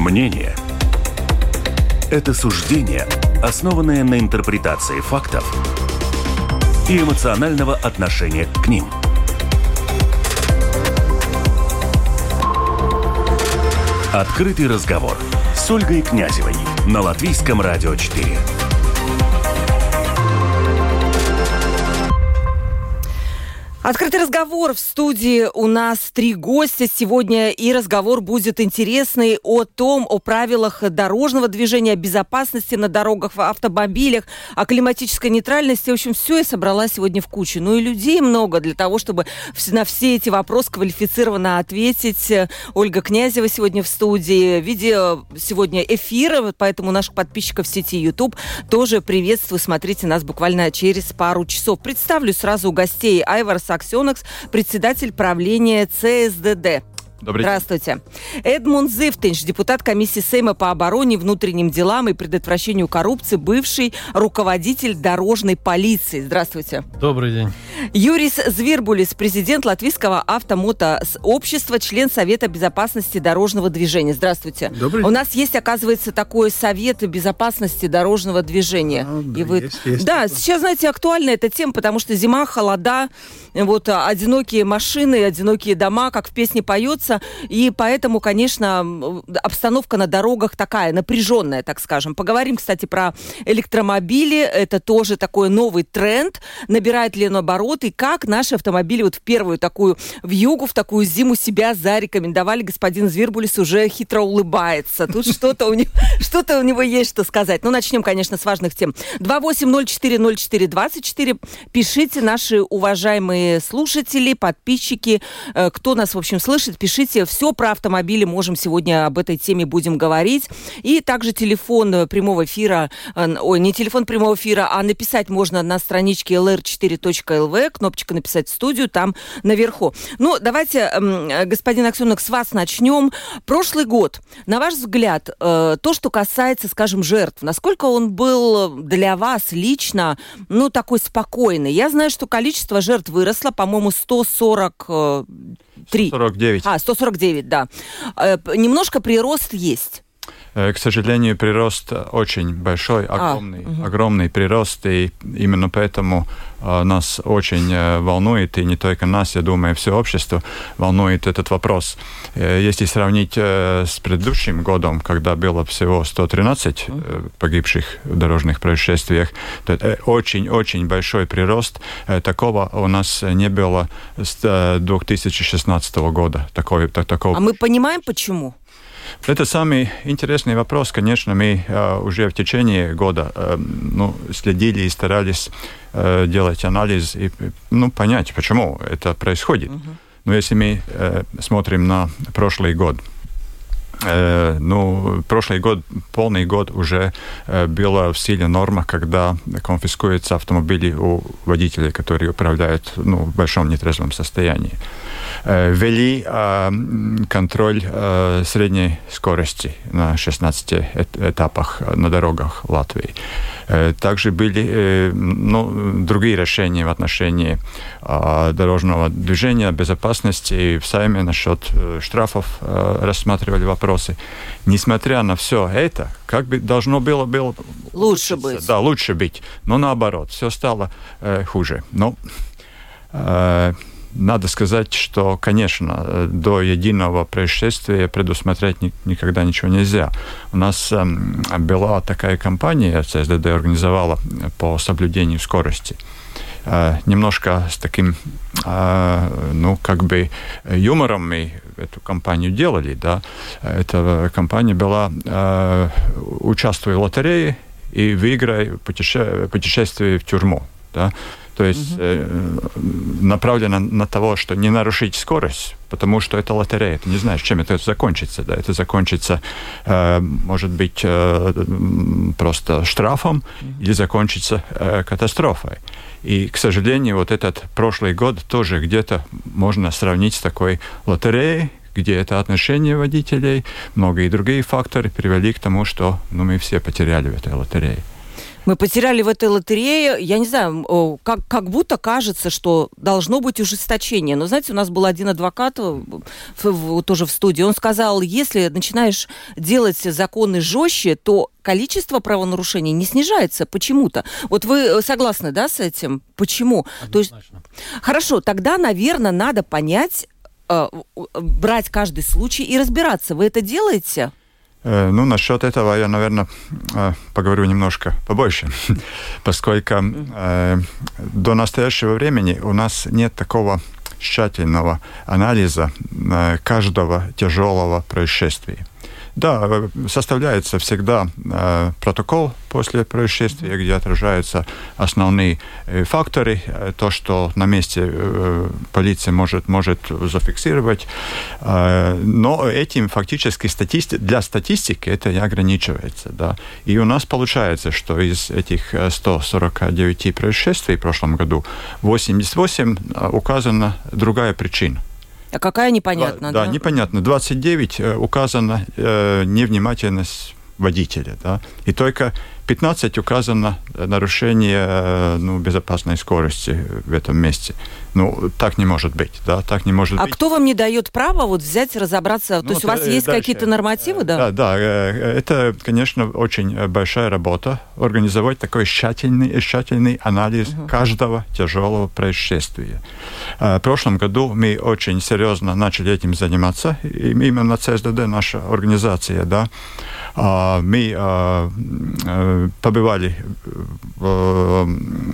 Мнение – это суждение, основанное на интерпретации фактов и эмоционального отношения к ним. Открытый разговор с Ольгой Князевой на Латвийском радио 4. Открытый разговор. В студии у нас 3 гостя сегодня, и разговор будет интересный о правилах дорожного движения, о безопасности на дорогах, в автомобилях, о климатической нейтральности. В общем, все я собрала сегодня в кучу. Ну и людей много для того, чтобы на все эти вопросы квалифицированно ответить. Ольга Князева сегодня в студии. Видео сегодня эфира, поэтому наших подписчиков в сети YouTube тоже приветствую. Смотрите нас буквально через пару часов. Представлю сразу гостей. Айварс Аксенокс, председатель правления ЦСДД. Здравствуйте. Эдмунд Зифтинш, депутат комиссии Сейма по обороне, внутренним делам и предотвращению коррупции, бывший руководитель дорожной полиции. Здравствуйте. Добрый день. Юрис Звирбулис, президент Латвийского автомотообщества, член Совета безопасности дорожного движения. Здравствуйте. Добрый день. У нас есть, оказывается, такой Совет безопасности дорожного движения. Да, и вы... есть да, такое. сейчас, знаете, актуальна эта тема, потому что зима, холода, вот одинокие машины, одинокие дома, как в песне поется. И поэтому, конечно, обстановка на дорогах такая напряженная, так скажем. Поговорим, кстати, про электромобили. Это тоже такой новый тренд. Набирает ли он обороты? И как наши автомобили вот в первую такую вьюгу, в такую зиму себя зарекомендовали? Господин Звирбулис уже хитро улыбается. Тут что-то у него есть что сказать. Ну, начнем, конечно, с важных тем. 28040424. Пишите, наши уважаемые слушатели, подписчики, кто нас, в общем, слышит, пишите. Все про автомобили можем сегодня об этой теме будем говорить. И также телефон прямого эфира, не телефон прямого эфира, а написать можно на страничке lr4.lv, кнопочка «Написать в студию», там наверху. Ну, давайте, господин Аксенок, с вас начнем. Прошлый год, на ваш взгляд, то, что касается, скажем, жертв, насколько он был для вас лично, ну, такой спокойный? Я знаю, что количество жертв выросло, по-моему, 149, да. Немножко прирост есть. К сожалению, прирост очень большой, огромный прирост, и именно поэтому нас очень волнует, и не только нас, я думаю, все общество волнует этот вопрос. Если сравнить с предыдущим годом, когда было всего 113 погибших в дорожных происшествиях, то это очень-очень большой прирост. Такого у нас не было с 2016 года. Такого. А мы понимаем, почему? Это самый интересный вопрос. Конечно, мы уже в течение года следили и старались делать анализ и понять, почему это происходит. Но если мы смотрим на прошлый год, прошлый год, полный год уже была в силе норма, когда конфискуются автомобили у водителей, которые управляют в большом нетрезвом состоянии. Ввели контроль средней скорости на 16 этапах на дорогах Латвии. Также были другие решения в отношении дорожного движения, безопасности. И в Сайме насчет штрафов рассматривали вопросы. Несмотря на все это, как бы должно было лучше быть. Да, лучше быть. Но наоборот, все стало хуже. Но надо сказать, что, конечно, до единого происшествия предусмотреть никогда ничего нельзя. У нас была такая кампания, ЦСДД организовала по соблюдению скорости. Немножко с таким, юмором мы эту кампанию делали, да. Эта кампания была «Участвуй в лотерее и выиграй путешествие в тюрьму», да. То есть направлено на того, что не нарушить скорость, потому что это лотерея. Ты не знаешь, чем это закончится. Да? Это закончится, может быть, просто штрафом или закончится катастрофой. И, к сожалению, вот этот прошлый год тоже где-то можно сравнить с такой лотереей, где это отношение водителей, многие другие факторы привели к тому, что мы все потеряли в этой лотерее. Мы потеряли в этой лотерее, я не знаю, как будто кажется, что должно быть ужесточение. Но, знаете, у нас был один адвокат тоже в студии, он сказал, если начинаешь делать законы жестче, то количество правонарушений не снижается почему-то. Вот вы согласны, да, с этим? Почему? То есть, хорошо, тогда, наверное, надо понять, брать каждый случай и разбираться. Вы это делаете? Ну, насчет этого я, наверное, поговорю немножко побольше, поскольку до настоящего времени у нас нет такого тщательного анализа каждого тяжелого происшествия. Да, составляется всегда протокол после происшествия, где отражаются основные факторы, то, что на месте полиция может зафиксировать, но этим фактически для статистики это не ограничивается. Да. И у нас получается, что из этих 149 происшествий в прошлом году 88 указана другая причина. А какая непонятна? Да, непонятно. 29 указана невнимательность водителя, да, и только 15 указано нарушение безопасной скорости в этом месте. Ну, так не может быть, да, так не может быть. А кто вам не дает права вот взять и разобраться? То есть у вас есть какие-то нормативы, да? Да, это, конечно, очень большая работа, организовать такой тщательный анализ каждого тяжелого происшествия. В прошлом году мы очень серьезно начали этим заниматься, именно ЦСДД, наша организация, да. Мы побывали в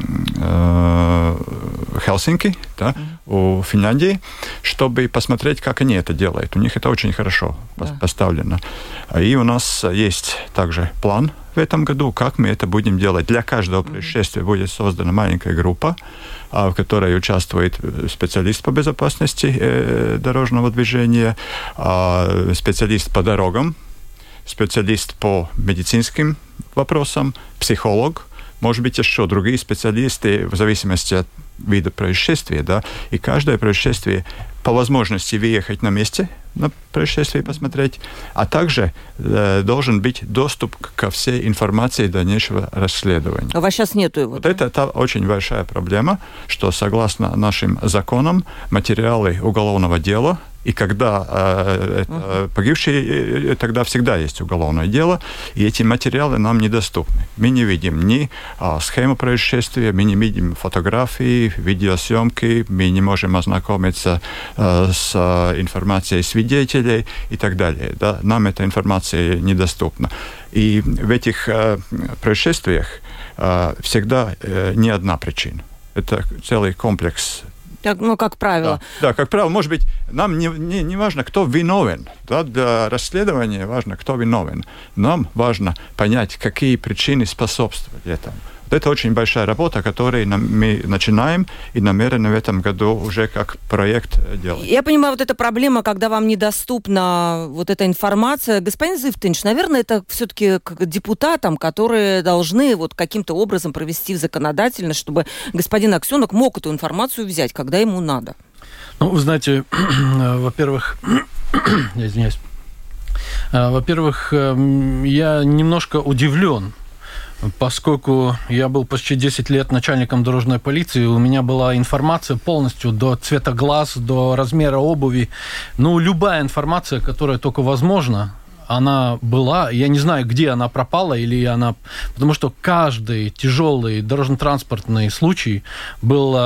Хельсинки, да, в Финляндии, чтобы посмотреть, как они это делают. У них это очень хорошо поставлено. И у нас есть также план в этом году, как мы это будем делать. Для каждого происшествия будет создана маленькая группа, в которой участвует специалист по безопасности дорожного движения, специалист по дорогам, специалист по медицинским вопросам, психолог, может быть, еще другие специалисты в зависимости от вида происшествия, да, и каждое происшествие по возможности выехать на месте на происшествие посмотреть, а также должен быть доступ ко всей информации дальнейшего расследования. А у вас сейчас нету его? Вот это очень большая проблема, что согласно нашим законам материалы уголовного дела, и когда погибшие, тогда всегда есть уголовное дело, и эти материалы нам недоступны. Мы не видим ни схему происшествия, мы не видим фотографии, видеосъемки, мы не можем ознакомиться с информацией свидетелей и так далее. Да? Нам эта информация недоступна. И в этих происшествиях всегда не одна причина. Это целый комплекс. Как правило. Да, как правило, может быть, нам не важно, кто виновен. Да, для расследования важно, кто виновен. Нам важно понять, какие причины способствовали этому. Вот это очень большая работа, которую мы начинаем и намерены в этом году уже как проект делать. Я понимаю, вот эта проблема, когда вам недоступна вот эта информация. Господин Зыфтинш, наверное, это все-таки к депутатам, которые должны вот каким-то образом провести законодательно, чтобы господин Аксенок мог эту информацию взять, когда ему надо. Ну, вы знаете, во-первых, я извиняюсь, во-первых, я немножко удивлен, поскольку я был почти 10 лет начальником дорожной полиции, у меня была информация полностью до цвета глаз, до размера обуви. Ну, любая информация, которая только возможна, она была, я не знаю, где она пропала, или она... Потому что каждый тяжелый дорожно-транспортный случай был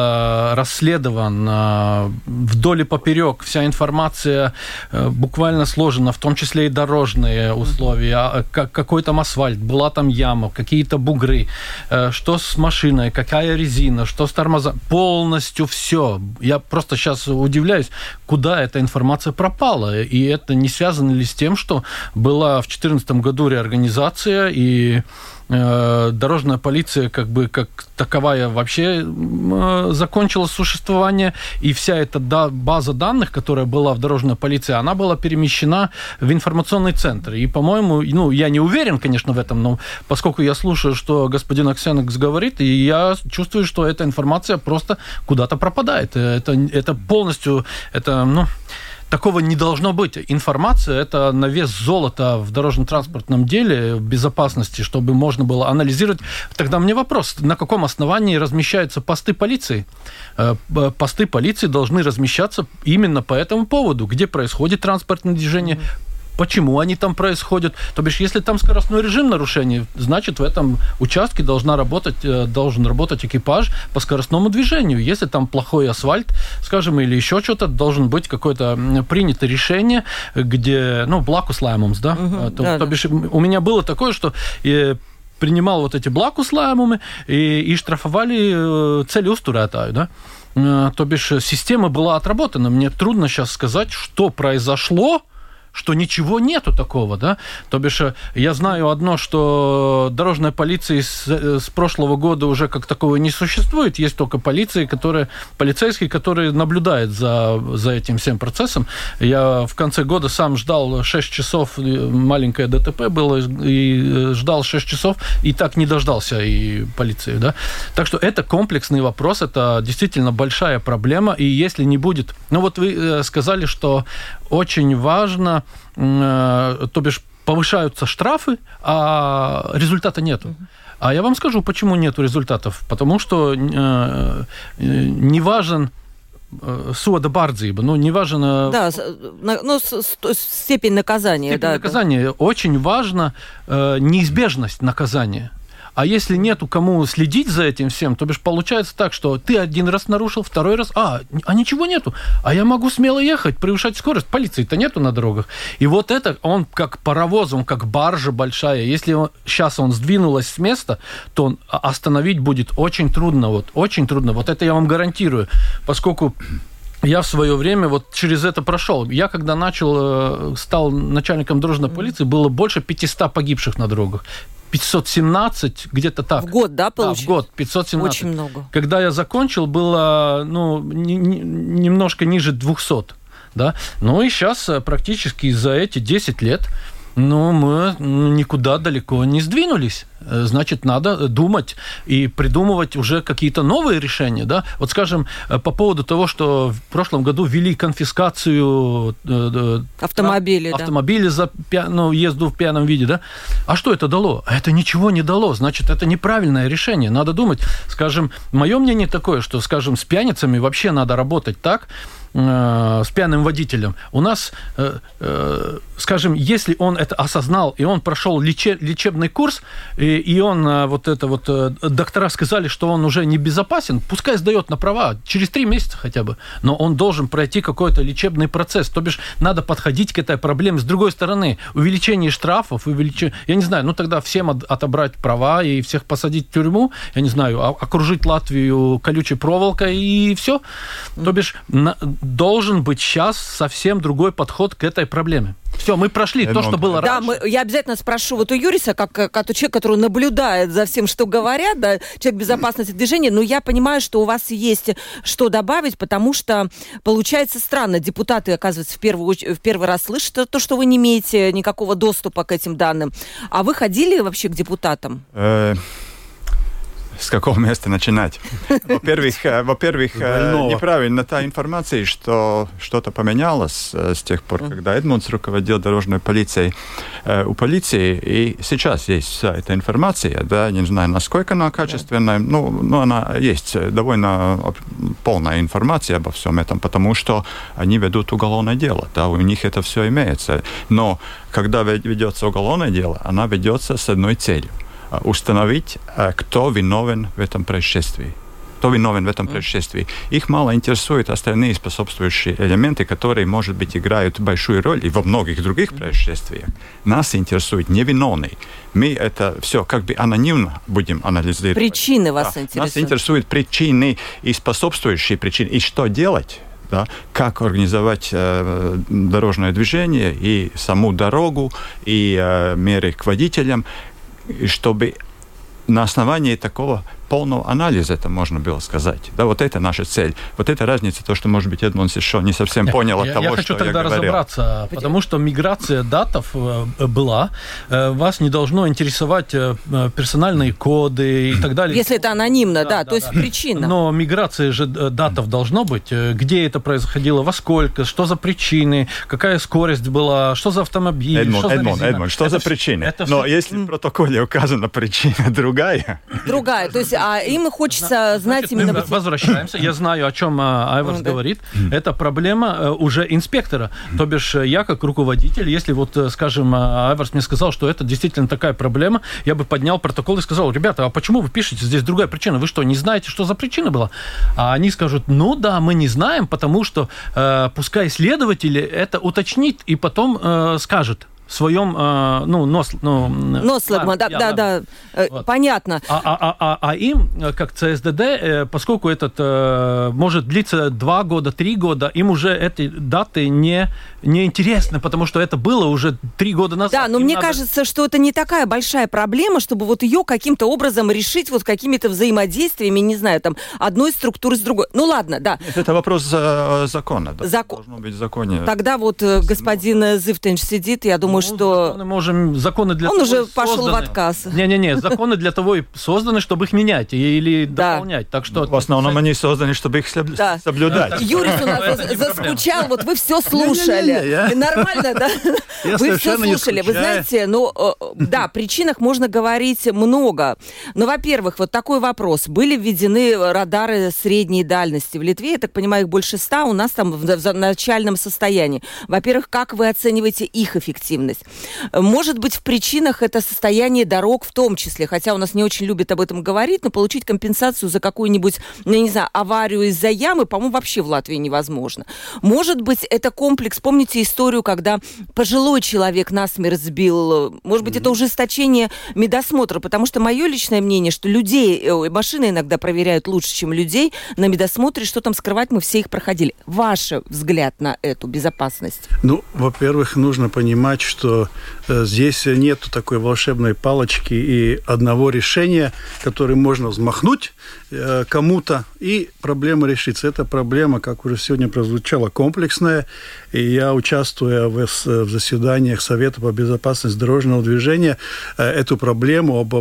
расследован вдоль и поперек. Вся информация буквально сложена, в том числе и дорожные условия. Какой там асфальт, была там яма, какие-то бугры, что с машиной, какая резина, что с тормозами. Полностью все. Я просто сейчас удивляюсь, куда эта информация пропала. И это не связано ли с тем, что была в 2014 году реорганизация, и дорожная полиция как таковая вообще закончила существование, и вся эта база данных, которая была в дорожной полиции, она была перемещена в информационный центр. И, по-моему, я не уверен, конечно, в этом, но поскольку я слушаю, что господин Аксенок говорит, и я чувствую, что эта информация просто куда-то пропадает. Это полностью, такого не должно быть. Информация – это на вес золота в дорожно-транспортном деле, в безопасности, чтобы можно было анализировать. Тогда мне вопрос, на каком основании размещаются посты полиции? Посты полиции должны размещаться именно по этому поводу, где происходит транспортное движение, почему они там происходят. То бишь, если там скоростной режим нарушения, значит, в этом участке должен работать экипаж по скоростному движению. Если там плохой асфальт, скажем, или еще что-то, должен быть какое-то принято решение, где, blakus lēmums, да? То бишь, у меня было такое, что принимал вот эти blakus lēmumi и штрафовали целеустурētāju, да? То бишь, система была отработана. Мне трудно сейчас сказать, что произошло, что ничего нету такого, да? То бишь, я знаю одно, что дорожной полиции с прошлого года уже как такого не существует. Есть только полицейские, которые наблюдают за этим всем процессом. Я в конце года сам ждал 6 часов, маленькое ДТП было, и ждал 6 часов, и так не дождался и полиции, да? Так что это комплексный вопрос, это действительно большая проблема, и если не будет... вот вы сказали, что очень важно, то бишь повышаются штрафы, а результата нету. А я вам скажу, почему нету результатов. Потому что не важен сода бардzība, не важно... Да, степень наказания. Степень наказания. Очень важна неизбежность наказания. А если нету кому следить за этим всем, то бишь получается так, что ты один раз нарушил, второй раз, а ничего нету, а я могу смело ехать, превышать скорость, полиции-то нету на дорогах. И вот это, он как паровоз, он как баржа большая, если сейчас он сдвинулась с места, то остановить будет очень трудно, очень трудно, вот это я вам гарантирую, поскольку... Я в свое время через это прошел. Я когда стал начальником дорожной полиции, было больше 500 погибших на дорогах. 517, где-то так. В год, да, получилось? Да, в год, 517. Очень много. Когда я закончил, было немножко ниже 200. Да? И сейчас практически за эти 10 лет мы никуда далеко не сдвинулись. Значит, надо думать и придумывать уже какие-то новые решения. Да? Скажем, по поводу того, что в прошлом году ввели конфискацию автомобилей за езду в пьяном виде. Да? А что это дало? А это ничего не дало. Значит, это неправильное решение. Надо думать. Скажем, мое мнение такое, что, скажем, с пьяницами вообще надо работать так, с пьяным водителем. У нас, скажем, если он это осознал, и он прошел лечебный курс, и он доктора сказали, что он уже не безопасен, пускай сдает на права через 3 месяца хотя бы, но он должен пройти какой-то лечебный процесс. То бишь, надо подходить к этой проблеме с другой стороны. Увеличение штрафов, я не знаю, тогда всем отобрать права и всех посадить в тюрьму, я не знаю, окружить Латвию колючей проволокой и все. То бишь, должен быть сейчас совсем другой подход к этой проблеме. Все, мы прошли то, что было раньше. Да, я обязательно спрошу у Юриса, как человек, который наблюдает за всем, что говорят, да, человек безопасности движения, но я понимаю, что у вас есть что добавить, потому что получается странно. Депутаты, оказывается, в первый раз слышат то, что вы не имеете никакого доступа к этим данным. А вы ходили вообще к депутатам? С какого места начинать? Во-первых, неправильно та информация, что что-то поменялось с тех пор, когда Эдмундс руководил дорожной полицией. У полиции и сейчас есть вся эта информация, да, не знаю, насколько она качественная, но она есть, довольно полная информация обо всем этом, потому что они ведут уголовное дело, да, у них это все имеется. Но когда ведется уголовное дело, она ведется с одной целью: установить, кто виновен в этом происшествии. Их мало интересуют остальные способствующие элементы, которые, может быть, играют большую роль и во многих других происшествиях. Нас интересует невиновный. Мы это все как бы анонимно будем анализировать. Причины вас интересуют. Нас интересуют причины и способствующие причины. И что делать? Да, как организовать дорожное движение и саму дорогу, и меры к водителям, чтобы на основании такого полного анализа, это можно было сказать. Да, вот это наша цель. Вот это разница, то, что, может быть, Эдмондс еще не совсем понял от того, что я говорил. Я хочу тогда разобраться, потому что миграция датов была. Вас не должно интересовать персональные коды и так далее. Если это анонимно, да, то есть причина. Но миграция же датов должно быть. Где это происходило, во сколько, что за причины, какая скорость была, что за автомобиль, Эдмонд, что за причины? Но если в протоколе указана причина другая. Другая, то есть им хочется знать именно... Возвращаемся. Я знаю, о чем Айварс говорит. Это проблема уже инспектора. То бишь, я как руководитель, если вот, скажем, Айварс мне сказал, что это действительно такая проблема, я бы поднял протокол и сказал: ребята, а почему вы пишете, здесь другая причина? Вы что, не знаете, что за причина была? А они скажут: ну да, мы не знаем, потому что пускай следователь это уточнит и потом скажет в своем, вот. Понятно. А им, как ЦСДД, поскольку этот может длиться 2 года, 3 года, им уже эти даты не интересны, потому что это было уже 3 года назад. Да, но мне кажется, что это не такая большая проблема, чтобы вот ее каким-то образом решить вот какими-то взаимодействиями, не знаю, там, одной структуры с другой. Ну ладно, да. Нет, это вопрос закона. Да. Должно быть в законе. Тогда вот господин Зывтенш сидит, я думаю, что... Законы для Он того уже пошел в отказ. Не-не-не, законы для того и созданы, чтобы их менять или дополнять. Так что... В основном они созданы, чтобы их соблюдать. Юрис у нас заскучал, вот вы все слушали. Нормально, да? Вы все слушали. Вы знаете, да, о причинах можно говорить много. Но, во-первых, вот такой вопрос. Были введены радары средней дальности в Литве, я так понимаю, их больше 100, у нас там в начальном состоянии. Во-первых, как вы оцениваете их эффективность? Может быть, в причинах это состояние дорог в том числе, хотя у нас не очень любят об этом говорить, но получить компенсацию за какую-нибудь, я не знаю, аварию из-за ямы, по-моему, вообще в Латвии невозможно. Может быть, это комплекс, помните историю, когда пожилой человек насмерть сбил, может быть, это ужесточение медосмотра, потому что мое личное мнение, что машины иногда проверяют лучше, чем людей на медосмотре, что там скрывать, мы все их проходили. Ваш взгляд на эту безопасность? Во-первых, нужно понимать, что здесь нету такой волшебной палочки и одного решения, которым можно взмахнуть кому-то, и проблема решится. Эта проблема, как уже сегодня прозвучало, комплексная, и я, участвуя в заседаниях Совета по безопасности дорожного движения, эту проблему об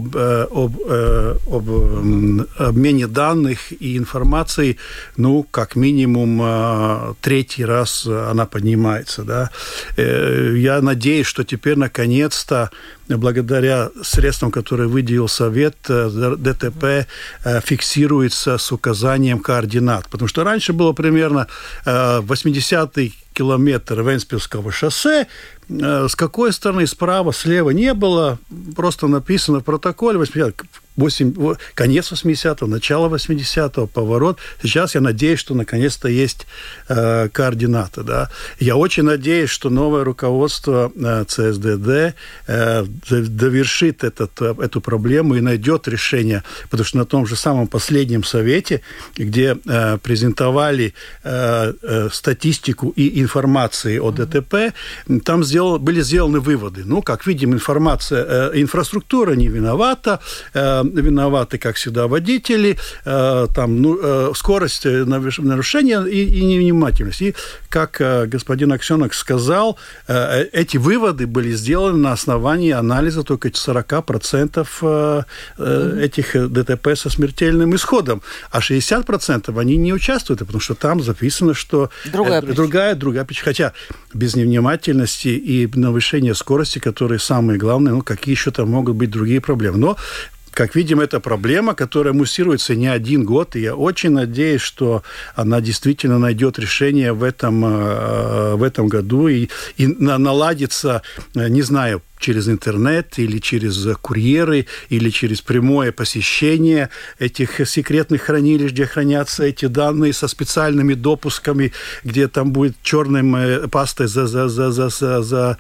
обмене данных и информации, как минимум 3-й раз она поднимается. Да? Я надеюсь, что теперь, наконец-то, благодаря средствам, которые выделил Совет, ДТП фиксируется с указанием координат. Потому что раньше было примерно 80-й километр Вентспилского шоссе, с какой стороны, справа, слева не было, просто написано в протоколе 80, конец 80-го, начало 80-го, поворот. Сейчас я надеюсь, что наконец-то есть координаты. Да? Я очень надеюсь, что новое руководство ЦСДД довершит эту проблему и найдет решение, потому что на том же самом последнем совете, где презентовали статистику и информацию о ДТП, там были сделаны выводы. Как видим, инфраструктура не виновата, виноваты, как всегда, водители, скорость нарушения и невнимательность. И, как господин Аксенок сказал, эти выводы были сделаны на основании анализа только 40% этих ДТП со смертельным исходом, а 60% они не участвуют, потому что там записано, что другая причина. Хотя без невнимательности и повышения скорости, которые самые главные, какие еще там могут быть другие проблемы. Но как видим, это проблема, которая муссируется не 1 год, и я очень надеюсь, что она действительно найдет решение в этом году и наладится, не знаю, через интернет или через курьеры, или через прямое посещение этих секретных хранилищ, где хранятся эти данные со специальными допусками, где там будет черной пастой замазаны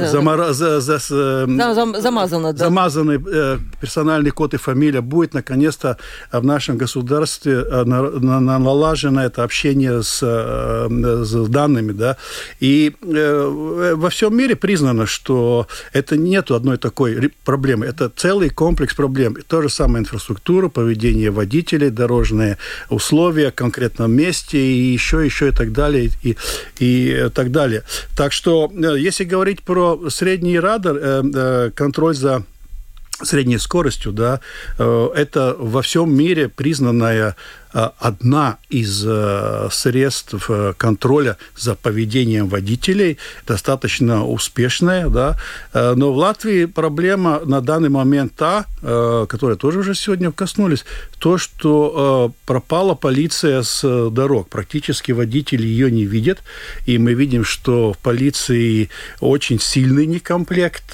персональный код и фамилия. Будет наконец-то в нашем государстве налажено это общение с данными. Да? И во всем мире признано, что это это нету одной такой проблемы. Это целый комплекс проблем. То же самое инфраструктура, поведение водителей, дорожные условия в конкретном месте и еще и так далее, и так далее. Так что, если говорить про средний радар, контроль за средней скоростью, да, это во всем мире признанная одна из средств контроля за поведением водителей, достаточно успешная, да, но в Латвии проблема на данный момент которая тоже уже сегодня коснулись, то, что пропала полиция с дорог. Практически водители ее не видят, и мы видим, что в полиции очень сильный некомплект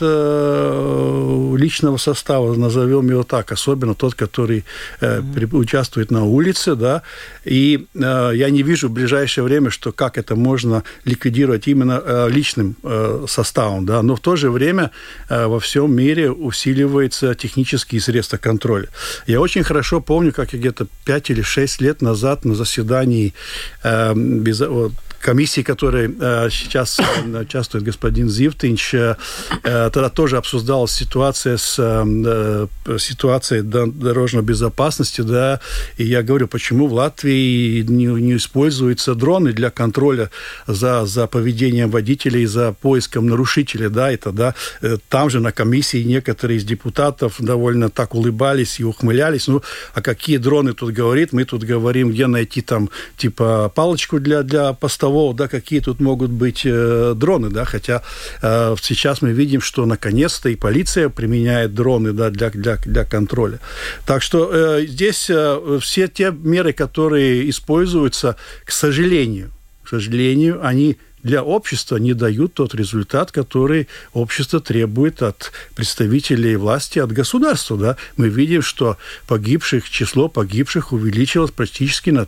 личного состава, назовем его так, особенно тот, который участвует на улице, да, и я не вижу в ближайшее время, что как это можно ликвидировать именно личным составом, да, но в то же время во всем мире усиливаются технические средства контроля. Я очень хорошо помню, как я где-то 5 или 6 лет назад на заседании комиссии, в которой сейчас участвует господин Зивтинч, тогда тоже обсуждалась ситуация с ситуацией дорожной безопасности, да, и я говорю, почему в Латвии не используются дроны для контроля за поведением водителей, за поиском нарушителей, да, и тогда там же на комиссии некоторые из депутатов довольно так улыбались и ухмылялись, ну, а какие дроны тут говорит, мы тут говорим, где найти там, типа, палочку для постового, да, какие тут могут быть дроны, да, хотя сейчас мы видим, что наконец-то и полиция применяет дроны, да, для контроля. Так что здесь все те меры, которые используются, к сожалению, они для общества не дают тот результат, который общество требует от представителей власти, от государства. Да? Мы видим, что число погибших увеличилось практически на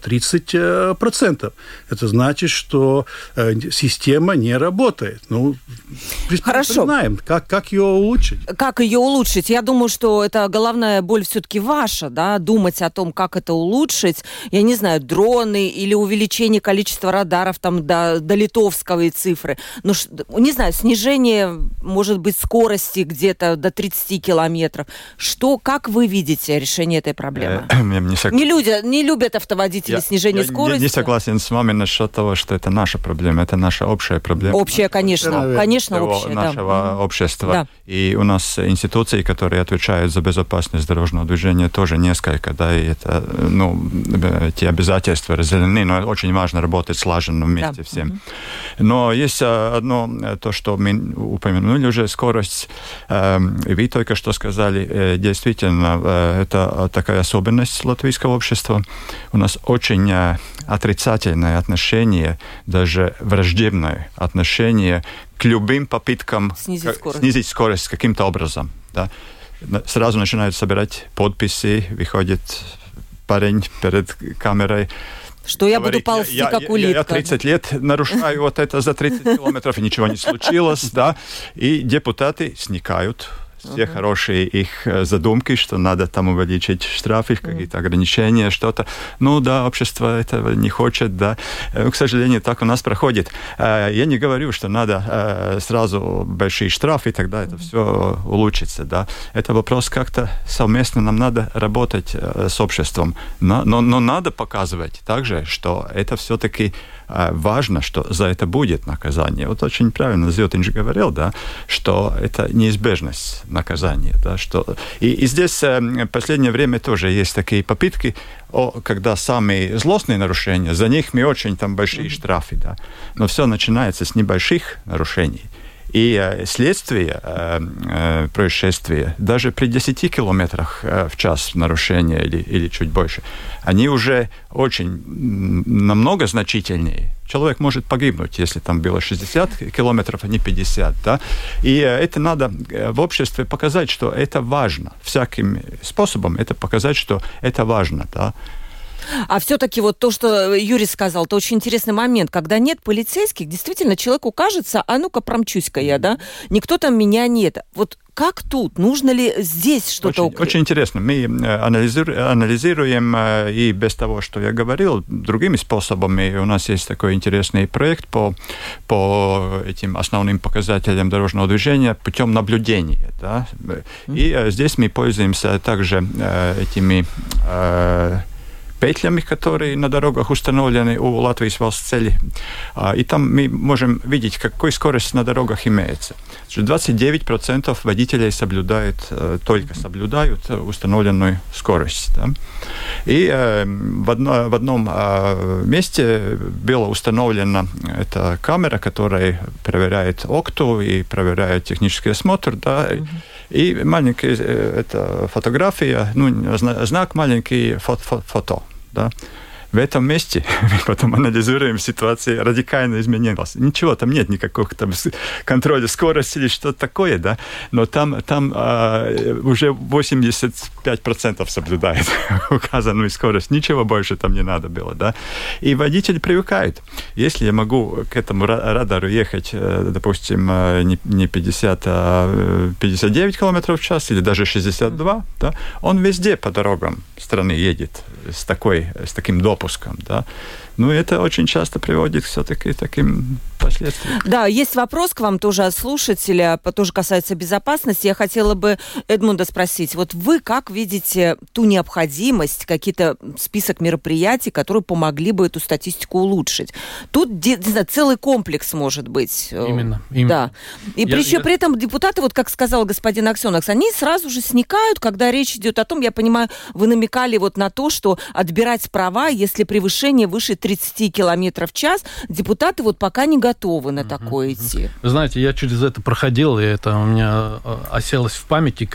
30%. Это значит, что система не работает. Ну, хорошо. Знаем, как ее улучшить. Как ее улучшить? Я думаю, что это головная боль все-таки ваша, да, думать о том, как это улучшить. Я не знаю, дроны или увеличение количества радаров там до литовского цифры. Ну, не знаю, снижение, может быть, скорости где-то до 30 километров. Как вы видите решение этой проблемы? Не любят автоводители снижение скорости. Я не согласен с вами насчет того, что это наша проблема. Это наша общая проблема. Общая, конечно. Конечно, общая. Нашего общества. Да. И у нас институции, которые отвечают за безопасность дорожного движения, тоже несколько, да, и это, эти обязательства разделены, но очень важно работать слаженно вместе всем. Но есть одно, то, что мы упомянули уже, скорость. Вы только что сказали, действительно, это такая особенность латвийского общества. У нас очень отрицательное отношение, даже враждебное отношение к любым попыткам снизить скорость каким-то образом. Да. Сразу начинают собирать подписи, выходит парень перед камерой, что я буду ползти, как улитка. Я 30 лет нарушаю вот это за 30 километров, и ничего не случилось, да. И депутаты сникают. Все хорошие их задумки, что надо там увеличить штрафы, какие-то ограничения, что-то. Ну да, общество этого не хочет, да. К сожалению, так у нас проходит. Я не говорю, что надо сразу большие штрафы, и тогда это все улучшится, да. Это вопрос как-то совместно, нам надо работать с обществом. Но надо показывать также, что это все-таки важно, что за это будет наказание. Вот очень правильно Зивтинч говорил, да, что это неизбежность наказания. Да, что... И здесь в последнее время тоже есть такие попытки, когда самые злостные нарушения, за них мы очень там большие штрафы. Да, но все начинается с небольших нарушений. И следствие происшествия, даже при 10 километрах в час нарушения или чуть больше, они уже очень намного значительнее. Человек может погибнуть, если там было 60 километров, а не 50. Да? И это надо в обществе показать, что это важно. Всяким способом это показать, что это важно. Да? А все-таки вот то, что Юрий сказал, это очень интересный момент. Когда нет полицейских, действительно, человеку кажется, а ну-ка промчусь-ка я, да? Никто там меня нет. Вот как тут? Нужно ли здесь что-то... Очень интересно. Мы анализируем, и без того, что я говорил, другими способами. У нас есть такой интересный проект по этим основным показателям дорожного движения путем наблюдения. Да? И здесь мы пользуемся также этими петлями, которые на дорогах установлены у Латвийс Valsts-ceļi. И там мы можем видеть, какой скорость на дорогах имеется. 29% водителей только соблюдают установленную скорость. Да? И в одном месте была установлена эта камера, которая проверяет ОКТУ и проверяет технический осмотр. Да? И маленькая эта фотография, знак маленький фото. Да? В этом месте мы потом анализируем, ситуация радикально изменилась. Ничего, там нет никакого там контроля скорости или что-то такое, да? Но там уже 85% соблюдает указанную скорость. Ничего больше там не надо было, да? И водитель привыкает. Если я могу к этому радару ехать, допустим, не 50, а 59 км в час или даже 62, да? Он везде по дорогам страны едет с таким допуском, да. Ну, это очень часто приводит все-таки к таким последствиям. Да, есть вопрос к вам тоже от слушателя, тоже касается безопасности. Я хотела бы Эдмунда спросить, вот вы как видите ту необходимость, какие-то список мероприятий, которые помогли бы эту статистику улучшить? Тут, не знаю, целый комплекс может быть. Именно. Да. И при этом депутаты, вот как сказал господин Аксенакс, они сразу же сникают, когда речь идет о том, я понимаю, вы намекали вот на то, что отбирать права, если превышение выше 30 км в час, депутаты вот пока не готовы на такое идти. Вы знаете, я через это проходил, и это у меня оселось в памяти,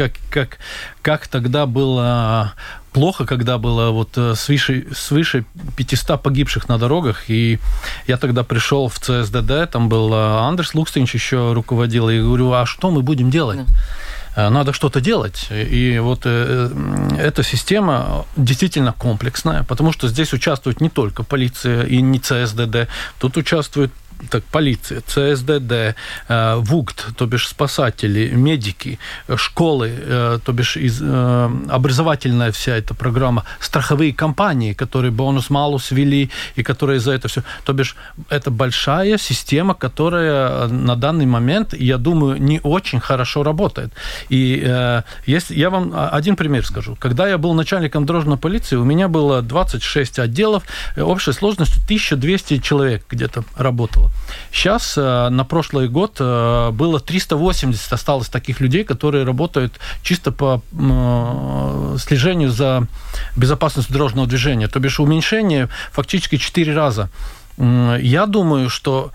как тогда было плохо, когда было вот свыше 500 погибших на дорогах, и я тогда пришел в ЦСДД, там был Андерс Лукстинч еще руководил, и говорю, а что мы будем делать? Надо что-то делать. И вот эта система действительно комплексная, потому что здесь участвует не только полиция и не ЦСДД, тут участвует полиция, ЦСДД, ВУГТ, то бишь спасатели, медики, школы, то бишь образовательная вся эта программа, страховые компании, которые бонус-малус ввели, и которые за это все. То бишь это большая система, которая на данный момент, я думаю, не очень хорошо работает. И я вам один пример скажу. Когда я был начальником дорожной полиции, у меня было 26 отделов, общей сложностью 1200 человек где-то работало. Сейчас на прошлый год было 380 осталось таких людей, которые работают чисто по слежению за безопасностью дорожного движения. То бишь уменьшение фактически 4 раза. Я думаю, что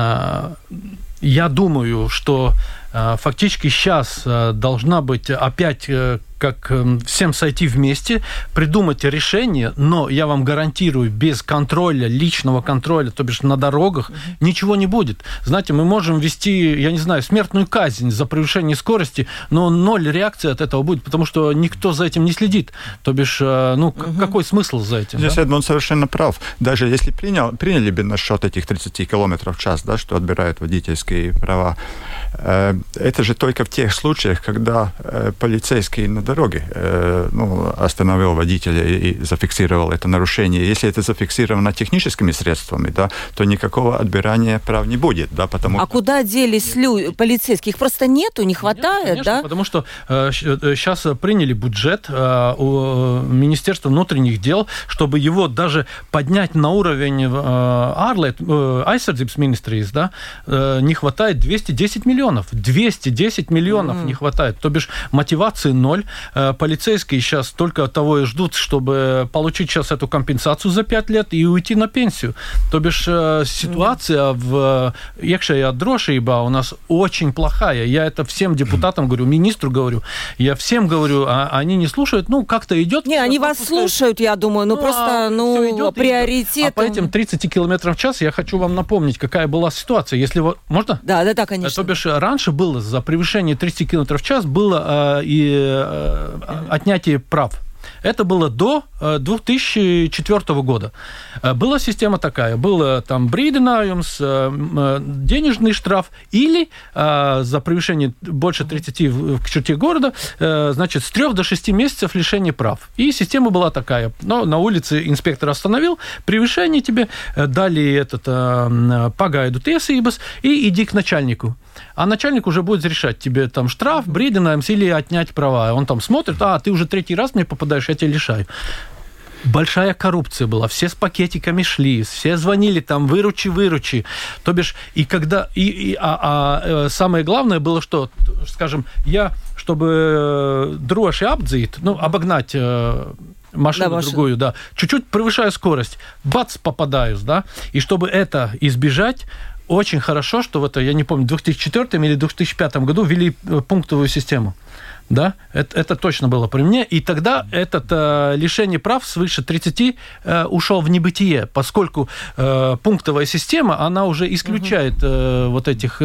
фактически сейчас должна быть опять как всем сойти вместе, придумать решение, но я вам гарантирую, без контроля, личного контроля, то бишь на дорогах, ничего не будет. Знаете, мы можем ввести, я не знаю, смертную казнь за превышение скорости, но 0 реакции от этого будет, потому что никто за этим не следит. То бишь, какой смысл за этим? Здесь да? Эдмунд совершенно прав. Даже если приняли бы на счет этих 30 км в час, да, что отбирают водительские права, это же только в тех случаях, когда полицейский на дороге остановил водителя и зафиксировал это нарушение. Если это зафиксировано техническими средствами, да, то никакого отбирания прав не будет. Да, потому... А куда делись полицейских? Их просто нету, не хватает, конечно, да? Потому что сейчас приняли бюджет у Министерства внутренних дел, чтобы его даже поднять на уровень Aizsardzības ministrijas, да, не хватает 210 миллионов. 210 миллионов не хватает. То бишь мотивации 0. Полицейские сейчас только того и ждут, чтобы получить сейчас эту компенсацию за 5 лет и уйти на пенсию. То бишь ситуация в iekšējā drošībā у нас очень плохая. Я это всем депутатам говорю, министру говорю, я всем говорю, а они не слушают, как-то идет. Не, они вас слушают, я думаю, просто приоритет. А по этим 30 км в час я хочу вам напомнить, какая была ситуация. Если можно? Да, конечно. То бишь раньше было за превышение 30 км в час было и отнятие прав. Это было до 2004 года. Была система такая. Был там бридинājums, денежный штраф, или за превышение больше 30 в черте города, значит, с 3 до 6 месяцев лишения прав. И система была такая. Но на улице инспектор остановил, превышение тебе, дали этот пагaidu tiesības, и иди к начальнику. А начальник уже будет решать тебе там штраф, бридинājums или отнять права. Он там смотрит, ты уже 3-й раз мне попадаешь, я тебя лишаю. Большая коррупция была, все с пакетиками шли, все звонили там, выручи. То бишь, и когда... самое главное было, что, скажем, я, чтобы droši apdzīt, обогнать машину другую, да, чуть-чуть превышаю скорость, бац, попадаюсь, да, и чтобы это избежать, очень хорошо, что я не помню, в 2004 или 2005 году ввели пунктовую систему. Да, это точно было при мне. И тогда лишение прав свыше 30 ушел в небытие, поскольку пунктовая система, она уже исключает вот этих...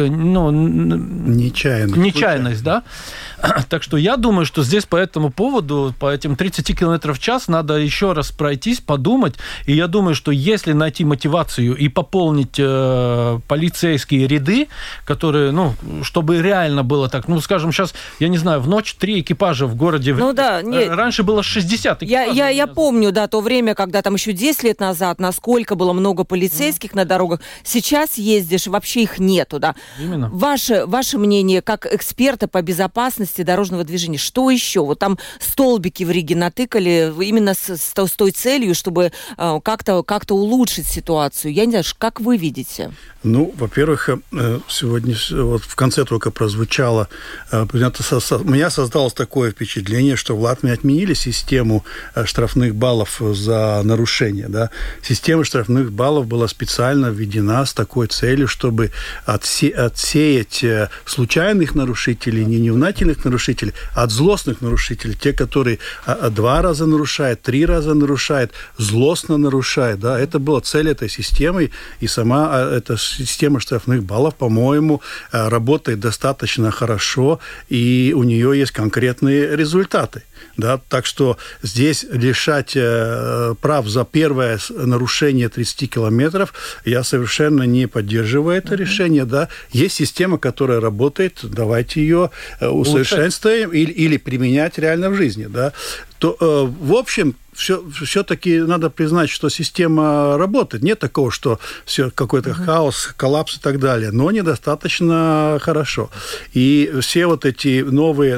нечаянность, да. Так что я думаю, что здесь по этому поводу, по этим 30 км в час, надо еще раз пройтись, подумать. И я думаю, что если найти мотивацию и пополнить полицейские ряды, которые, чтобы реально было так, скажем, сейчас, я не знаю, в ночь 3 экипажа в городе. Раньше было 60 экипажей. Я помню, да, то время, когда там еще 10 лет назад, насколько было много полицейских на дорогах. Сейчас ездишь, вообще их нету, да. Именно. Ваше мнение, как эксперта по безопасности дорожного движения, что еще? Вот там столбики в Риге натыкали именно с той целью, чтобы как-то улучшить ситуацию. Я не знаю, как вы видите? Во-первых, сегодня в конце только прозвучало, у меня создалось такое впечатление, что в Латвии отменили систему штрафных баллов за нарушение. Да? Система штрафных баллов была специально введена с такой целью, чтобы отсеять случайных нарушителей, не невнимательных нарушителей, а от злостных нарушителей, те, которые 2 раза нарушают, 3 раза нарушают, злостно нарушают. Да? Это была цель этой системы, и сама эта система штрафных баллов, по-моему, работает достаточно хорошо, и у нее есть конкретные результаты. Да? Так что здесь лишать прав за первое нарушение 30 километров я совершенно не поддерживаю это решение. Да? Есть система, которая работает, давайте ее усовершенствуем или применять реально в жизни. Да? В общем, все-таки надо признать, что система работает. Нет такого, что все какой-то хаос, коллапс и так далее, но недостаточно хорошо. И все вот эти новые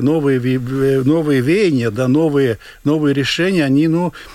веяния, да, новые решения, они,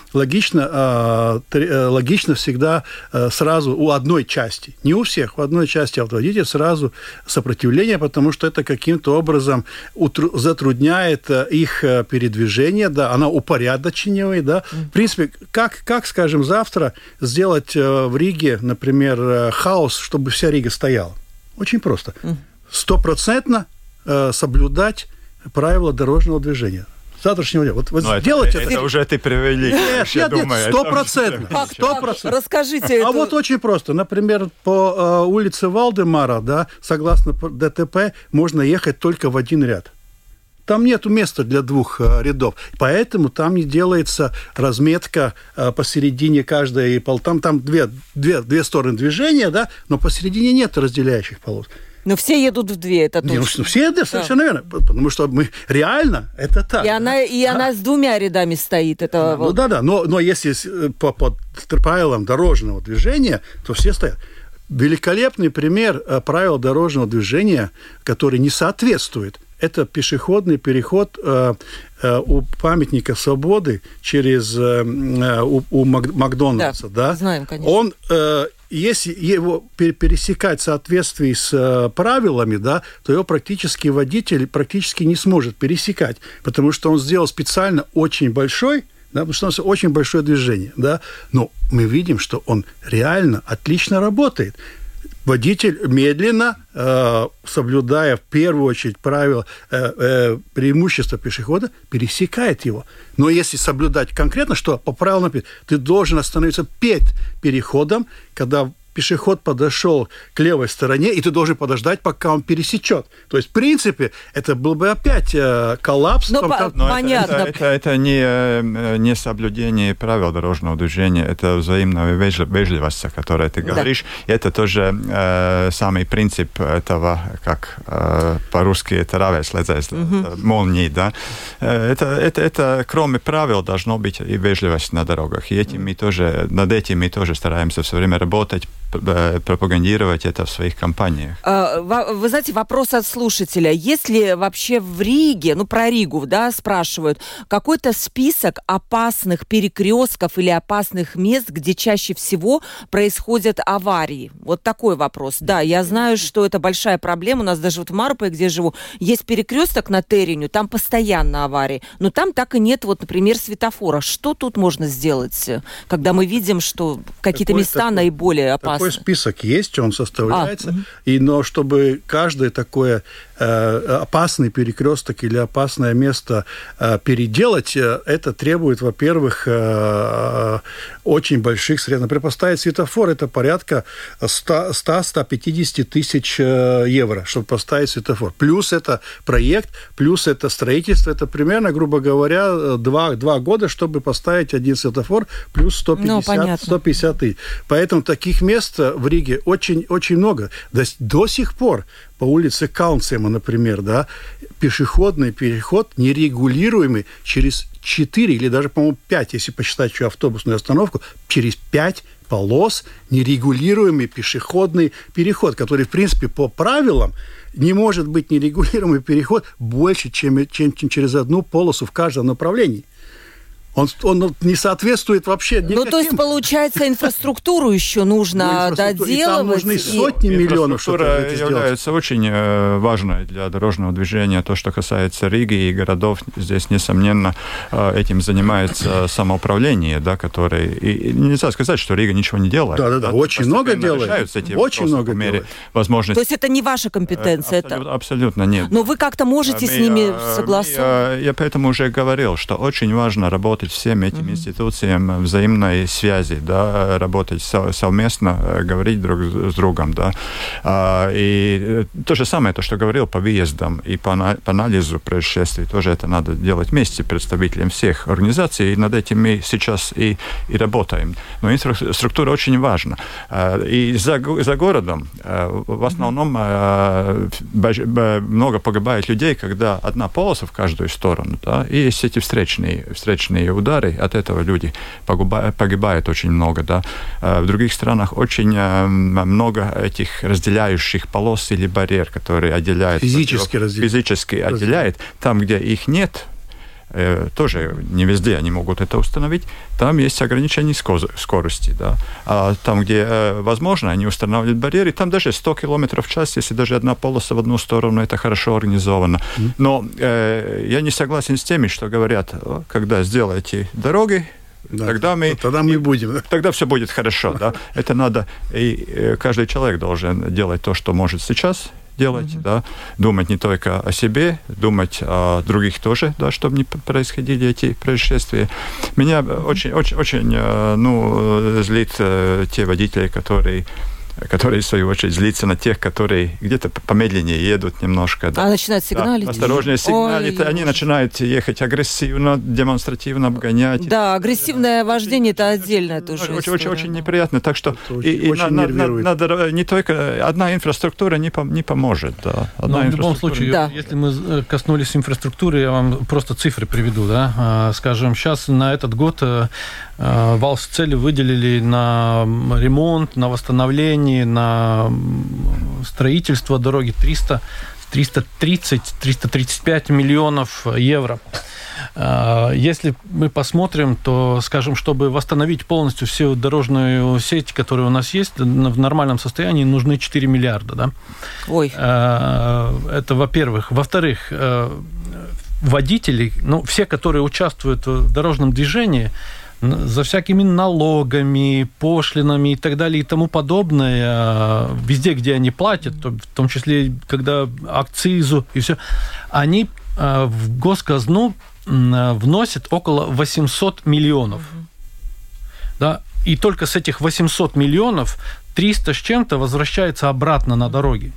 логично всегда сразу у одной части, не у всех, у одной части автоводителей сразу сопротивление, потому что это каким-то образом затрудняет их передвижение, да, она упорядоченивает, да. В принципе, как, скажем, завтра сделать в Риге, например, хаос, чтобы вся Рига стояла? Очень просто. 100% соблюдать правила дорожного движения. Завтрашнего дня. Вот сделать это. Это уже ты преувеличиваешь, я думаю. 100%. Расскажите. Вот очень просто. Например, по улице Валдемара, да, согласно ДТП, можно ехать только в один ряд. Там нету места для 2 рядов. Поэтому там не делается разметка посередине каждой полосы. Там две стороны движения, да, но посередине нет разделяющих полос. Но все едут в 2, это точно. Все едут, совершенно верно. Потому что мы реально это так. И она с 2 рядами стоит. Это да. Но если по правилам дорожного движения, то все стоят. Великолепный пример правил дорожного движения, который не соответствует. Это пешеходный переход у памятника Свободы через у Макдональдса. Да? Знаем, конечно. Он, если его пересекать в соответствии с правилами, да, то его водитель практически не сможет пересекать, потому что он сделал специально очень большой, да, потому что у нас очень большое движение. Да? Но мы видим, что он реально отлично работает. Водитель медленно, соблюдая в первую очередь правила преимущества пешехода, пересекает его. Но если соблюдать конкретно, что по правилам написано, ты должен остановиться перед переходом, когда пешеход подошел к левой стороне, и ты должен подождать, пока он пересечет. То есть, в принципе, это был бы опять коллапс. Но понятно. Это не соблюдение правил дорожного движения, это взаимная вежливость, о которой ты говоришь. Да. Это тоже самый принцип этого, как по-русски это равенство, молнии, да. Это кроме правил должно быть и вежливость на дорогах. И над этим мы тоже стараемся все время работать, пропагандировать это в своих компаниях. Вы знаете, вопрос от слушателя. Есть ли вообще в Риге, про Ригу, да, спрашивают, какой-то список опасных перекрестков или опасных мест, где чаще всего происходят аварии? Вот такой вопрос. Да, я знаю, что это большая проблема. У нас даже в Марупе, где я живу, есть перекресток на Тереню, там постоянно аварии. Но там так и нет, например, светофора. Что тут можно сделать, когда мы видим, что какие-то места наиболее опасны? Такой список есть, он составляется, но чтобы каждое такое опасный перекресток или опасное место переделать, это требует, во-первых, очень больших средств. Например, поставить светофор, это порядка 100-150 тысяч евро, чтобы поставить светофор. Плюс это проект, плюс это строительство, это примерно, грубо говоря, 2 года, чтобы поставить один светофор, плюс 150 тысяч. Поэтому таких мест в Риге очень много. До сих пор по улице Каунцема, например, да, пешеходный переход нерегулируемый через 4 или даже, по-моему, 5, если посчитать еще автобусную остановку, через 5 полос нерегулируемый пешеходный переход, который, в принципе, по правилам не может быть нерегулируемый переход больше, чем через одну полосу в каждом направлении. Он не соответствует вообще никаким... то есть, получается, инфраструктуру еще нужно доделывать. И там нужны сотни миллионов, чтобы это сделать. Инфраструктура является очень важной для дорожного движения. То, что касается Риги и городов, здесь, несомненно, этим занимается самоуправление, да, которое... И нельзя сказать, что Рига ничего не делает. Да, очень много делает. Очень много делает. Возможности. То есть это не ваша компетенция? Абсолютно нет. Но вы как-то можете с ними согласовать? Я поэтому уже говорил, что очень важно работать всем этим институциям взаимной связи, да, работать совместно, говорить друг с другом, да. И то же самое, то, что говорил по выездам и по анализу происшествий, тоже это надо делать вместе представителям всех организаций, и над этим мы сейчас и работаем. Но инфраструктура очень важна. И за городом в основном много погибает людей, когда одна полоса в каждую сторону, да, и есть эти встречные удары, от этого люди погибают очень много, да. В других странах очень много этих разделяющих полос или барьер, которые отделяют. Физически отделяет. Там, где их нет, тоже не везде они могут это установить, там есть ограничение скорости, да. А там, где возможно, они устанавливают барьеры, там даже 100 км в час, если даже одна полоса в одну сторону, это хорошо организовано. Но я не согласен с теми, что говорят, когда сделаете дороги, да, тогда мы будем. Тогда все будет хорошо, да. Это надо, и каждый человек должен делать то, что может сейчас делать, да, думать не только о себе, думать о других тоже, да, чтобы не происходили эти происшествия. Меня очень злит те водители, которые, в свою очередь, злятся на тех, которые где-то помедленнее едут немножко. Да. Начинают сигналить? Да, осторожнее сигналить. Они начинают ехать агрессивно, демонстративно обгонять. Да, агрессивное вождение – это отдельная тоже история. Очень неприятно. Так что надо не только одна инфраструктура не поможет. Да. Но в любом случае, если мы коснулись инфраструктуры, я вам просто цифры приведу. Да? Скажем, сейчас на этот год Валсцели выделили на ремонт, на восстановление, на строительство дороги 330-335 миллионов евро. Если мы посмотрим, то, скажем, чтобы восстановить полностью всю дорожную сеть, которая у нас есть, в нормальном состоянии нужны 4 миллиарда. Да? Ой. Это во-первых. Во-вторых, водители, все, которые участвуют в дорожном движении, за всякими налогами, пошлинами и так далее и тому подобное, везде, где они платят, в том числе, когда акцизу и все, они в госказну вносят около 800 миллионов. Да? И только с этих 800 миллионов 300 с чем-то возвращается обратно на дороги.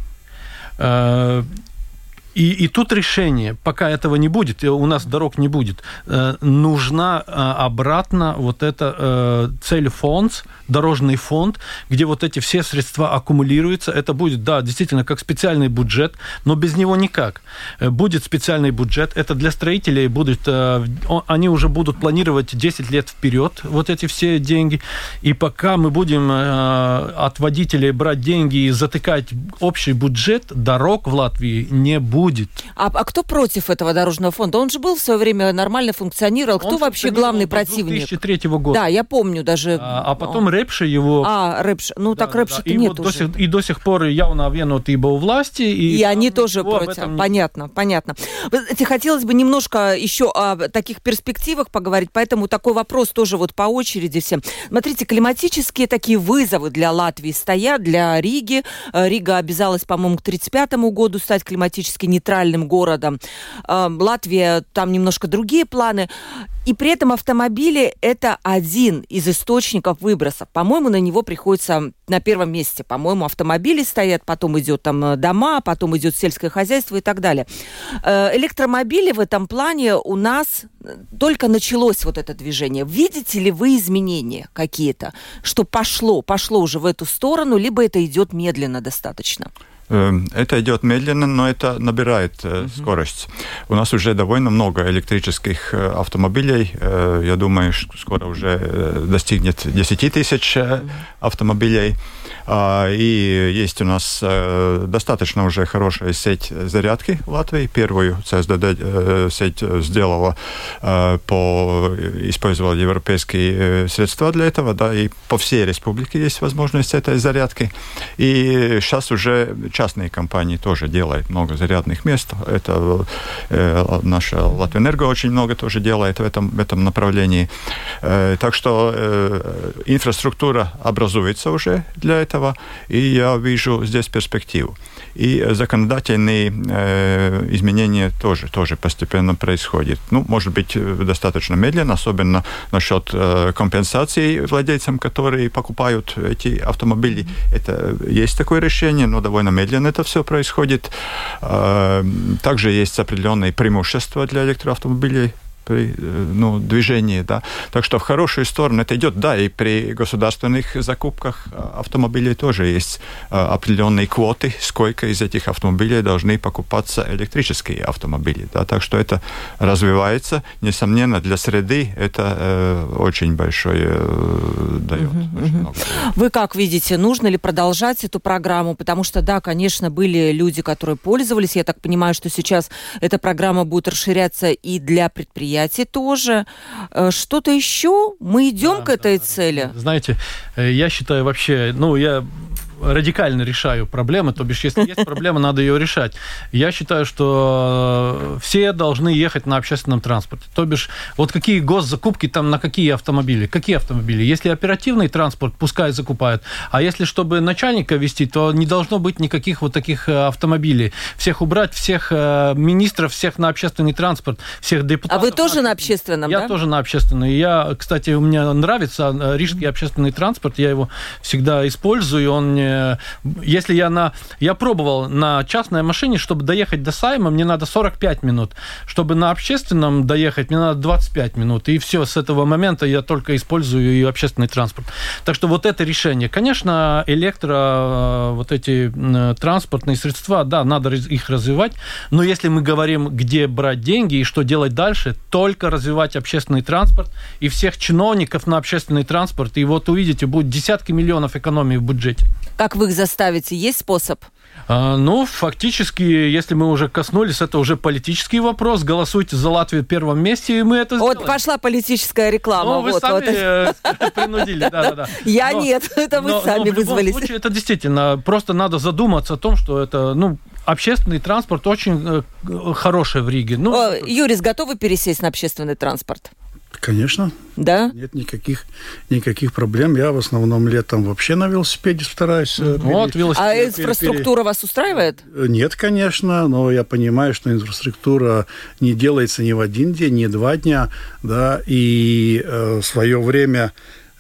И тут решение, пока этого не будет, у нас дорог не будет, нужна обратно вот эта цель фонд, дорожный фонд, где вот эти все средства аккумулируются. Это будет, да, действительно, как специальный бюджет, но без него никак. Будет специальный бюджет, это для строителей будет, они уже будут планировать 10 лет вперед вот эти все деньги. И пока мы будем от водителей брать деньги и затыкать общий бюджет, дорог в Латвии не будет. А кто против этого дорожного фонда? Он же был в свое время нормально функционировал. Кто вообще главный противник? 2003 года. Да, я помню даже. А потом Репше его... Репше. Ну, да, так Репше-то и нет вот уже. И до сих пор явно обвинуты у власти. И они тоже против. Понятно. Хотелось бы немножко еще о таких перспективах поговорить, поэтому такой вопрос тоже вот по очереди всем. Смотрите, климатические такие вызовы для Латвии стоят, для Риги. Рига обязалась, по-моему, к 1935 году стать климатически нейтральным городом. Латвия, там немножко другие планы. И при этом автомобили – это один из источников выбросов. По-моему, на него приходится на первом месте. По-моему, автомобили стоят, потом идет там дома, потом идет сельское хозяйство и так далее. Электромобили в этом плане у нас только началось вот это движение. Видите ли вы изменения какие-то, что пошло уже в эту сторону, либо это идет медленно достаточно? Это идет медленно, но это набирает скорость. У нас уже довольно много электрических автомобилей. Я думаю, что скоро уже достигнет 10 тысяч автомобилей. И есть у нас достаточно уже хорошая сеть зарядки в Латвии. Первую ЦСДД сеть сделала, использовала европейские средства для этого, да, и по всей республике есть возможность этой зарядки. И сейчас уже частные компании тоже делают много зарядных мест. Это наша Латвэнерго очень много тоже делает в этом направлении. Так что инфраструктура образуется уже для этого, и я вижу здесь перспективу. И законодательные изменения тоже постепенно происходят. Ну, может быть, достаточно медленно, особенно насчет компенсации владельцам, которые покупают эти автомобили. Это есть такое решение, но довольно медленно это все происходит. Также есть определенные преимущества для электроавтомобилей при движении, да. Так что в хорошую сторону это идет, да, и при государственных закупках автомобилей тоже есть определенные квоты, сколько из этих автомобилей должны покупаться электрические автомобили, да. Так что это развивается, несомненно, для среды это очень большое дает. Очень много. Вы как видите, нужно ли продолжать эту программу? Потому что, да, конечно, были люди, которые пользовались. Я так понимаю, что сейчас эта программа будет расширяться и для предприятий тоже. Что-то еще? Мы идем к этой цели? Знаете, я считаю вообще, я радикально решаю проблемы, то бишь, если есть проблема, надо ее решать. Я считаю, что все должны ехать на общественном транспорте. То бишь, вот какие госзакупки там на какие автомобили? Какие автомобили? Если оперативный транспорт, пускай закупают. А если, чтобы начальника везти, то не должно быть никаких вот таких автомобилей. Всех убрать, всех министров, всех на общественный транспорт, всех депутатов. А вы тоже на общественном, да? Я тоже на общественном. Кстати, мне нравится рижский общественный транспорт, я его всегда использую, он мне... Если я пробовал на частной машине, чтобы доехать до Сайма, мне надо 45 минут. Чтобы на общественном доехать, мне надо 25 минут. И все, с этого момента я только использую и общественный транспорт. Так что вот это решение. Конечно, вот эти транспортные средства, да, надо их развивать. Но если мы говорим, где брать деньги и что делать дальше, только развивать общественный транспорт и всех чиновников на общественный транспорт. И вот увидите, будет десятки миллионов экономии в бюджете. Как вы их заставите? Есть способ? Фактически, если мы уже коснулись, это уже политический вопрос. Голосуйте за Латвию в первом месте, и мы это сделаем. Вот пошла политическая реклама. Вы сами принудили, да. Я нет, это вы сами вызвались. В любом случае, это действительно, просто надо задуматься о том, что это, общественный транспорт очень хороший в Риге. Юрис, готовы пересесть на общественный транспорт? Конечно. Да? Нет никаких проблем. Я в основном летом вообще на велосипеде стараюсь. А инфраструктура вас устраивает? Нет, конечно, но я понимаю, что инфраструктура не делается ни в один день, ни 2 дня, да, и в свое время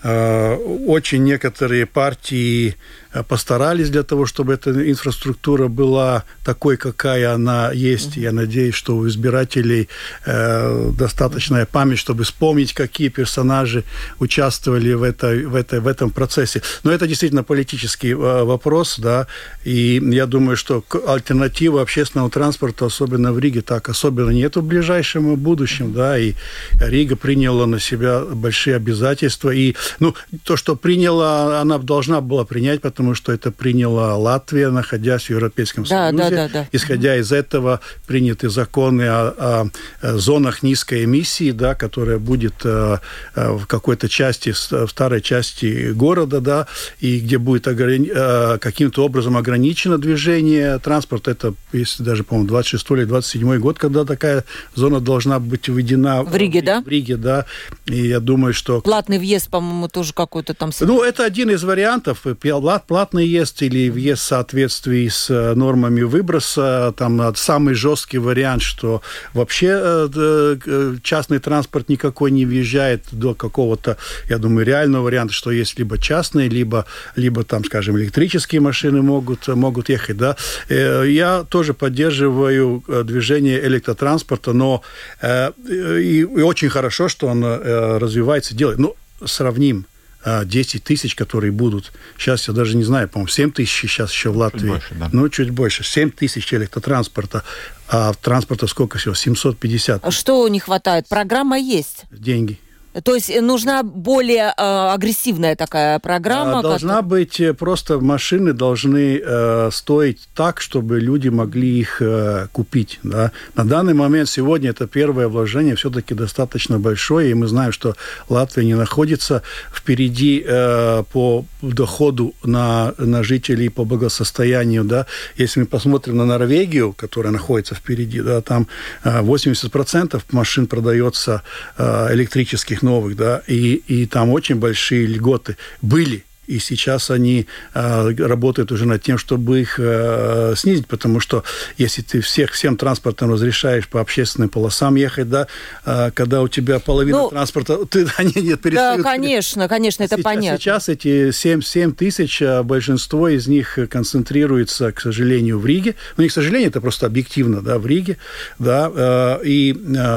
Очень некоторые партии постарались для того, чтобы эта инфраструктура была такой, какая она есть. Я надеюсь, что у избирателей достаточная память, чтобы вспомнить, какие персонажи участвовали в этом процессе. Но это действительно политический вопрос, да, и я думаю, что альтернативы общественного транспорта, особенно в Риге, так особенно нет в ближайшем будущем, да, и Рига приняла на себя большие обязательства, и, то, что приняла, она должна была принять, потому что это приняла Латвия, находясь в Европейском Союзе. Да. Исходя из этого, приняты законы о зонах низкой эмиссии, да, которая будет в какой-то части, в старой части города, да, и где будет каким-то образом ограничено движение транспорта. Это, если даже, по-моему, 26 или 27 год, когда такая зона должна быть введена. В Риге, да? В Риге, да. И я думаю, что... Платный въезд, по-моему, тоже какой-то там... это один из вариантов. Платный въезд или въезд в соответствии с нормами выброса. Там самый жесткий вариант, что вообще частный транспорт никакой не въезжает до какого-то, я думаю, реального варианта, что есть либо частные, либо там, скажем, электрические машины могут ехать, да. Я тоже поддерживаю движение электротранспорта, но и очень хорошо, что он развивается, делает. Сравним 10 тысяч, которые будут. Сейчас я даже не знаю, по-моему, 7 тысяч сейчас еще в Латвии. Чуть больше, да. Чуть больше. 7 тысяч электротранспорта. А транспорта сколько всего? 750. А что не хватает? Программа есть. Деньги. То есть нужна более агрессивная такая программа? Должна быть, просто машины должны стоить так, чтобы люди могли их купить. Да? На данный момент сегодня это первое вложение все-таки достаточно большое, и мы знаем, что Латвия не находится впереди по доходу на жителей, по благосостоянию. Да? Если мы посмотрим на Норвегию, которая находится впереди, да, там 80% машин продается электрических, новых, да, и там очень большие льготы были. И сейчас они работают уже над тем, чтобы их снизить, потому что если ты всем транспортом разрешаешь по общественным полосам ехать, да, когда у тебя половина транспорта, они перестают... Да, конечно, это понятно. Сейчас эти 7 тысяч, большинство из них концентрируется, к сожалению, в Риге. Не к сожалению, это просто объективно, да, в Риге, да, и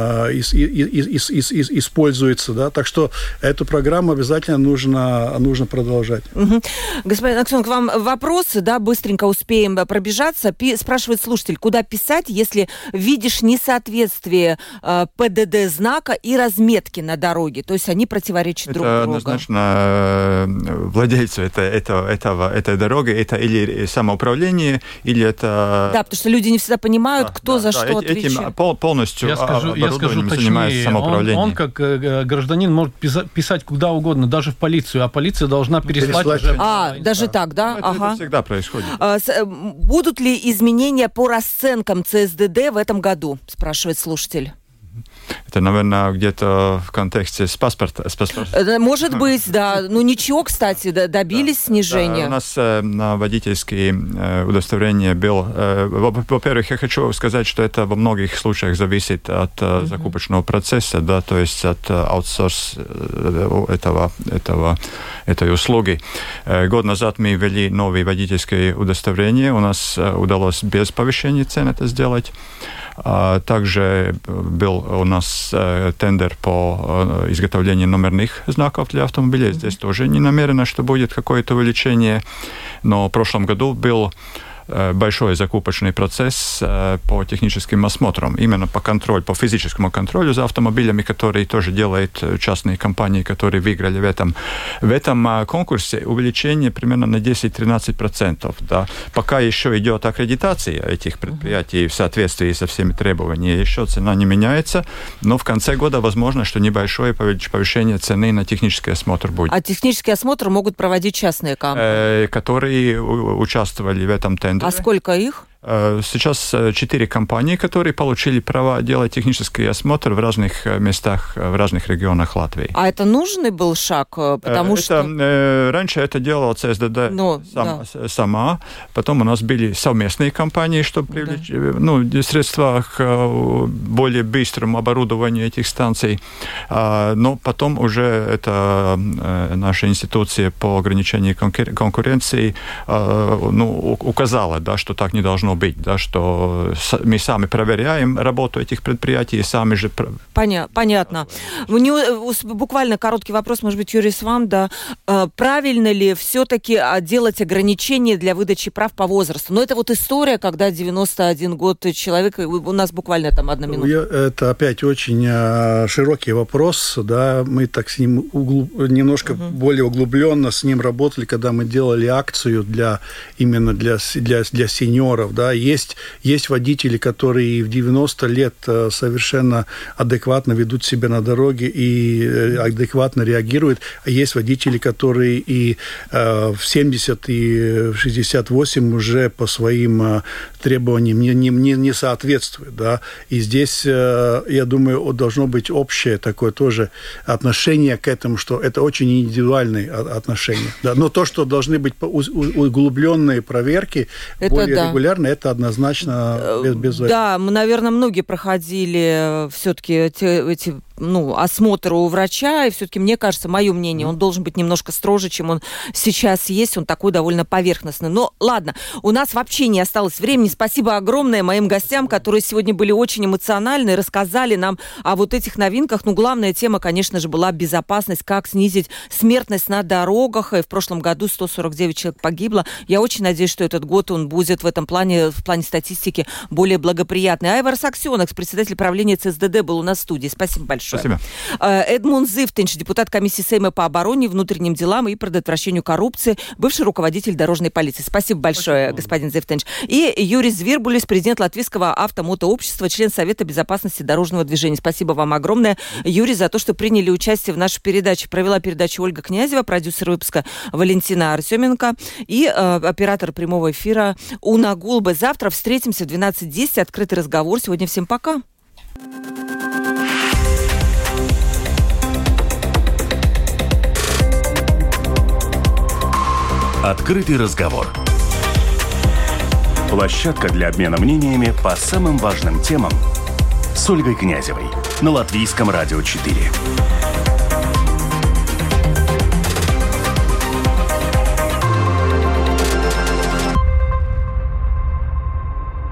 используется, да, так что эту программу обязательно нужно продолжать. Угу. Господин Аксенов, к вам вопросы, да, быстренько успеем пробежаться. Спрашивает слушатель, куда писать, если видишь несоответствие ПДД знака и разметки на дороге, то есть они противоречат друг другу? Это однозначно владельцу этой дороги, это или самоуправление, или это... Да, потому что люди не всегда понимают, кто за что отвечает. Этим полностью я скажу занимается самоуправление. Он как гражданин может писать куда угодно, даже в полицию, а полиция должна переслать уже... даже так, да? Это всегда происходит. Будут ли изменения по расценкам ЦСДД в этом году, спрашивает слушатель. Это, наверное, где-то в контексте с паспортом. Может быть, да. Ничего, кстати, добились снижения. Да, у нас на водительские удостоверения был... Во-первых, я хочу сказать, что это во многих случаях зависит от закупочного процесса, да, то есть от аутсорс этой услуги. Год назад мы ввели новые водительские удостоверения. У нас удалось без повышения цен это сделать. Также был у нас тендер по изготовлению номерных знаков для автомобилей. Здесь тоже не намерено, что будет какое-то увеличение. Но в прошлом году был большой закупочный процесс по техническим осмотрам, именно по физическому контролю за автомобилями, которые тоже делают частные компании, которые выиграли в этом конкурсе увеличение примерно на 10-13%. Да. Пока еще идет аккредитация этих предприятий в соответствии со всеми требованиями, еще цена не меняется, но в конце года возможно, что небольшое повышение цены на технический осмотр будет. А технический осмотр могут проводить частные компании? Которые участвовали в этом тендере. А сколько их? Сейчас 4 компании, которые получили права делать технический осмотр в разных местах, в разных регионах Латвии. А это нужный был шаг? Потому что... Раньше это делала ЦСДД сама. Потом у нас были совместные компании, чтобы привлечь средства к более быстрому оборудованию этих станций. Но потом уже это наша институция по ограничению конкуренции указала, что так не должно быть, что мы сами проверяем работу этих предприятий, сами же... Понятно. Буквально короткий вопрос, может быть, Юрий, с вам, правильно ли все-таки делать ограничения для выдачи прав по возрасту? Но это вот история, когда 91 год человека, у нас буквально там 1 минута. Это опять очень широкий вопрос, мы так с ним немножко более углубленно с ним работали, когда мы делали акцию именно для сеньоров, Есть водители, которые в 90 лет совершенно адекватно ведут себя на дороге и адекватно реагируют, а есть водители, которые и в 70, и в 68 уже по своим требованиям не соответствуют, И здесь, я думаю, должно быть общее такое тоже отношение к этому, что это очень индивидуальные отношения, Но то, что должны быть углубленные проверки, более регулярно, это однозначно без вариантов. Да, мы, наверное, многие проходили все-таки эти осмотр у врача, и все-таки, мне кажется, мое мнение, он должен быть немножко строже, чем он сейчас есть, он такой довольно поверхностный. Но ладно, у нас вообще не осталось времени. Спасибо огромное моим гостям, которые сегодня были очень эмоциональны, рассказали нам о вот этих новинках. Главная тема, конечно же, была безопасность, как снизить смертность на дорогах. И в прошлом году 149 человек погибло. Я очень надеюсь, что этот год он будет в этом плане, в плане статистики, более благоприятный. Айвар Саксенакс, председатель правления ЦСДД, был у нас в студии. Спасибо большое. Спасибо. Эдмунд Зивтинш, депутат комиссии Сейма по обороне, внутренним делам и предотвращению коррупции, бывший руководитель дорожной полиции. Спасибо большое, господин Зивтинш. И Юрий Звирбулис, президент Латвийского автомотообщества, член Совета безопасности дорожного движения. Спасибо вам огромное, Юрий, за то, что приняли участие в нашей передаче. Провела передачу Ольга Князева, продюсер выпуска Валентина Артеменко и оператор прямого эфира Уна Гулба. Завтра встретимся в 12:10. Открытый разговор. Сегодня всем пока. Открытый разговор. Площадка для обмена мнениями по самым важным темам с Ольгой Князевой на Латвийском радио 4.